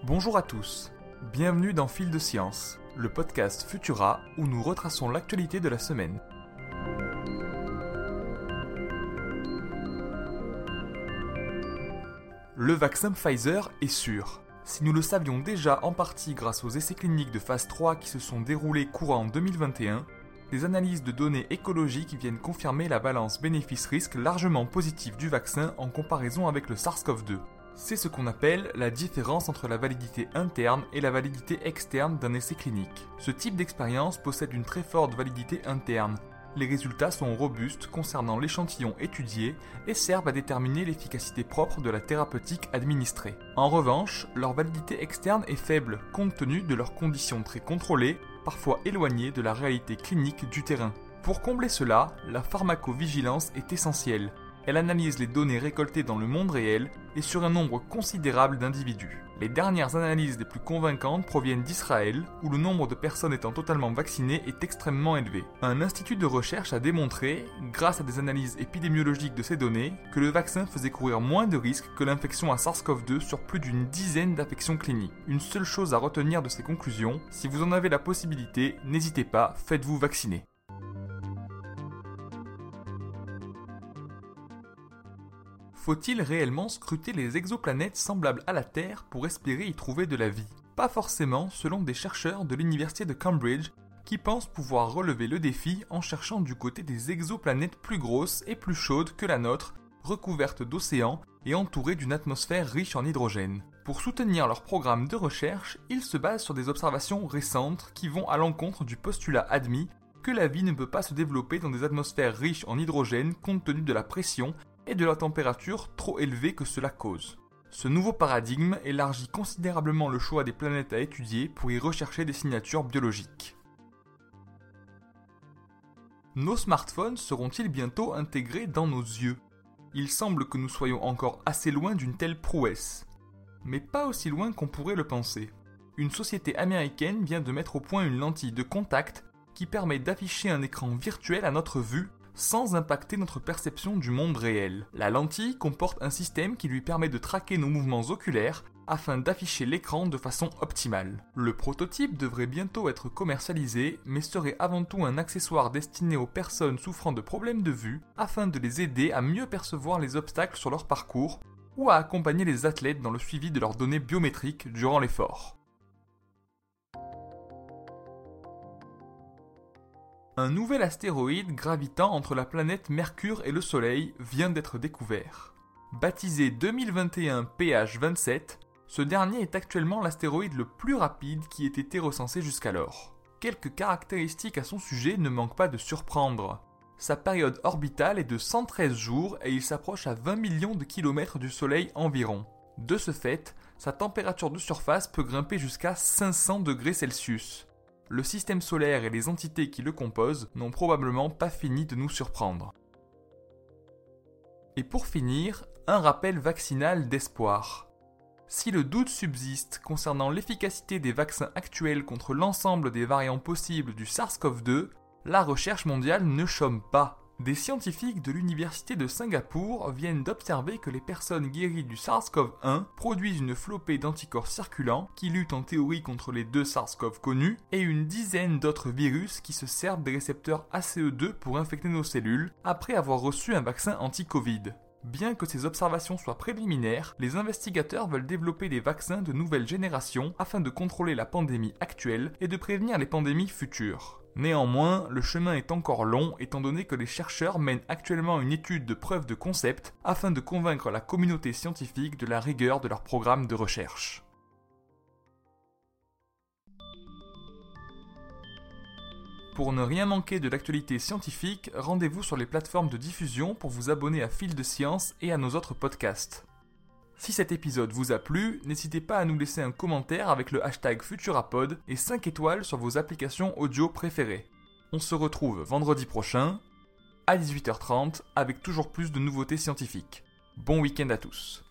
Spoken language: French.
Bonjour à tous, bienvenue dans Fil de Science, le podcast Futura où nous retraçons l'actualité de la semaine. Le vaccin Pfizer est sûr. Si nous le savions déjà en partie grâce aux essais cliniques de phase 3 qui se sont déroulés courant 2021, des analyses de données écologiques viennent confirmer la balance bénéfice-risque largement positive du vaccin en comparaison avec le SARS-CoV-2. C'est ce qu'on appelle la différence entre la validité interne et la validité externe d'un essai clinique. Ce type d'expérience possède une très forte validité interne. Les résultats sont robustes concernant l'échantillon étudié et servent à déterminer l'efficacité propre de la thérapeutique administrée. En revanche, leur validité externe est faible compte tenu de leurs conditions très contrôlées, parfois éloignées de la réalité clinique du terrain. Pour combler cela, la pharmacovigilance est essentielle. Elle analyse les données récoltées dans le monde réel et sur un nombre considérable d'individus. Les dernières analyses les plus convaincantes proviennent d'Israël, où le nombre de personnes étant totalement vaccinées est extrêmement élevé. Un institut de recherche a démontré, grâce à des analyses épidémiologiques de ces données, que le vaccin faisait courir moins de risques que l'infection à SARS-CoV-2 sur plus d'une dizaine d'affections cliniques. Une seule chose à retenir de ces conclusions, si vous en avez la possibilité, n'hésitez pas, faites-vous vacciner. Faut-il réellement scruter les exoplanètes semblables à la Terre pour espérer y trouver de la vie ? Pas forcément, selon des chercheurs de l'université de Cambridge qui pensent pouvoir relever le défi en cherchant du côté des exoplanètes plus grosses et plus chaudes que la nôtre, recouvertes d'océans et entourées d'une atmosphère riche en hydrogène. Pour soutenir leur programme de recherche, ils se basent sur des observations récentes qui vont à l'encontre du postulat admis que la vie ne peut pas se développer dans des atmosphères riches en hydrogène compte tenu de la pression et de la température trop élevée que cela cause. Ce nouveau paradigme élargit considérablement le choix des planètes à étudier pour y rechercher des signatures biologiques. Nos smartphones seront-ils bientôt intégrés dans nos yeux ? Il semble que nous soyons encore assez loin d'une telle prouesse, mais pas aussi loin qu'on pourrait le penser. Une société américaine vient de mettre au point une lentille de contact qui permet d'afficher un écran virtuel à notre vue sans impacter notre perception du monde réel. La lentille comporte un système qui lui permet de traquer nos mouvements oculaires afin d'afficher l'écran de façon optimale. Le prototype devrait bientôt être commercialisé, mais serait avant tout un accessoire destiné aux personnes souffrant de problèmes de vue afin de les aider à mieux percevoir les obstacles sur leur parcours ou à accompagner les athlètes dans le suivi de leurs données biométriques durant l'effort. Un nouvel astéroïde gravitant entre la planète Mercure et le Soleil vient d'être découvert. Baptisé 2021 PH27, ce dernier est actuellement l'astéroïde le plus rapide qui ait été recensé jusqu'alors. Quelques caractéristiques à son sujet ne manquent pas de surprendre. Sa période orbitale est de 113 jours et il s'approche à 20 millions de kilomètres du Soleil environ. De ce fait, sa température de surface peut grimper jusqu'à 500 degrés Celsius. Le système solaire et les entités qui le composent n'ont probablement pas fini de nous surprendre. Et pour finir, un rappel vaccinal d'espoir. Si le doute subsiste concernant l'efficacité des vaccins actuels contre l'ensemble des variants possibles du SARS-CoV-2, la recherche mondiale ne chôme pas. Des scientifiques de l'université de Singapour viennent d'observer que les personnes guéries du SARS-CoV-1 produisent une flopée d'anticorps circulants qui luttent en théorie contre les 2 SARS-CoV connus et une dizaine d'autres virus qui se servent des récepteurs ACE2 pour infecter nos cellules après avoir reçu un vaccin anti-Covid. Bien que ces observations soient préliminaires, les investigateurs veulent développer des vaccins de nouvelle génération afin de contrôler la pandémie actuelle et de prévenir les pandémies futures. Néanmoins, le chemin est encore long étant donné que les chercheurs mènent actuellement une étude de preuve de concept afin de convaincre la communauté scientifique de la rigueur de leur programme de recherche. Pour ne rien manquer de l'actualité scientifique, rendez-vous sur les plateformes de diffusion pour vous abonner à Fil de Science et à nos autres podcasts. Si cet épisode vous a plu, n'hésitez pas à nous laisser un commentaire avec le hashtag Futurapod et 5 étoiles sur vos applications audio préférées. On se retrouve vendredi prochain, à 18h30, avec toujours plus de nouveautés scientifiques. Bon week-end à tous.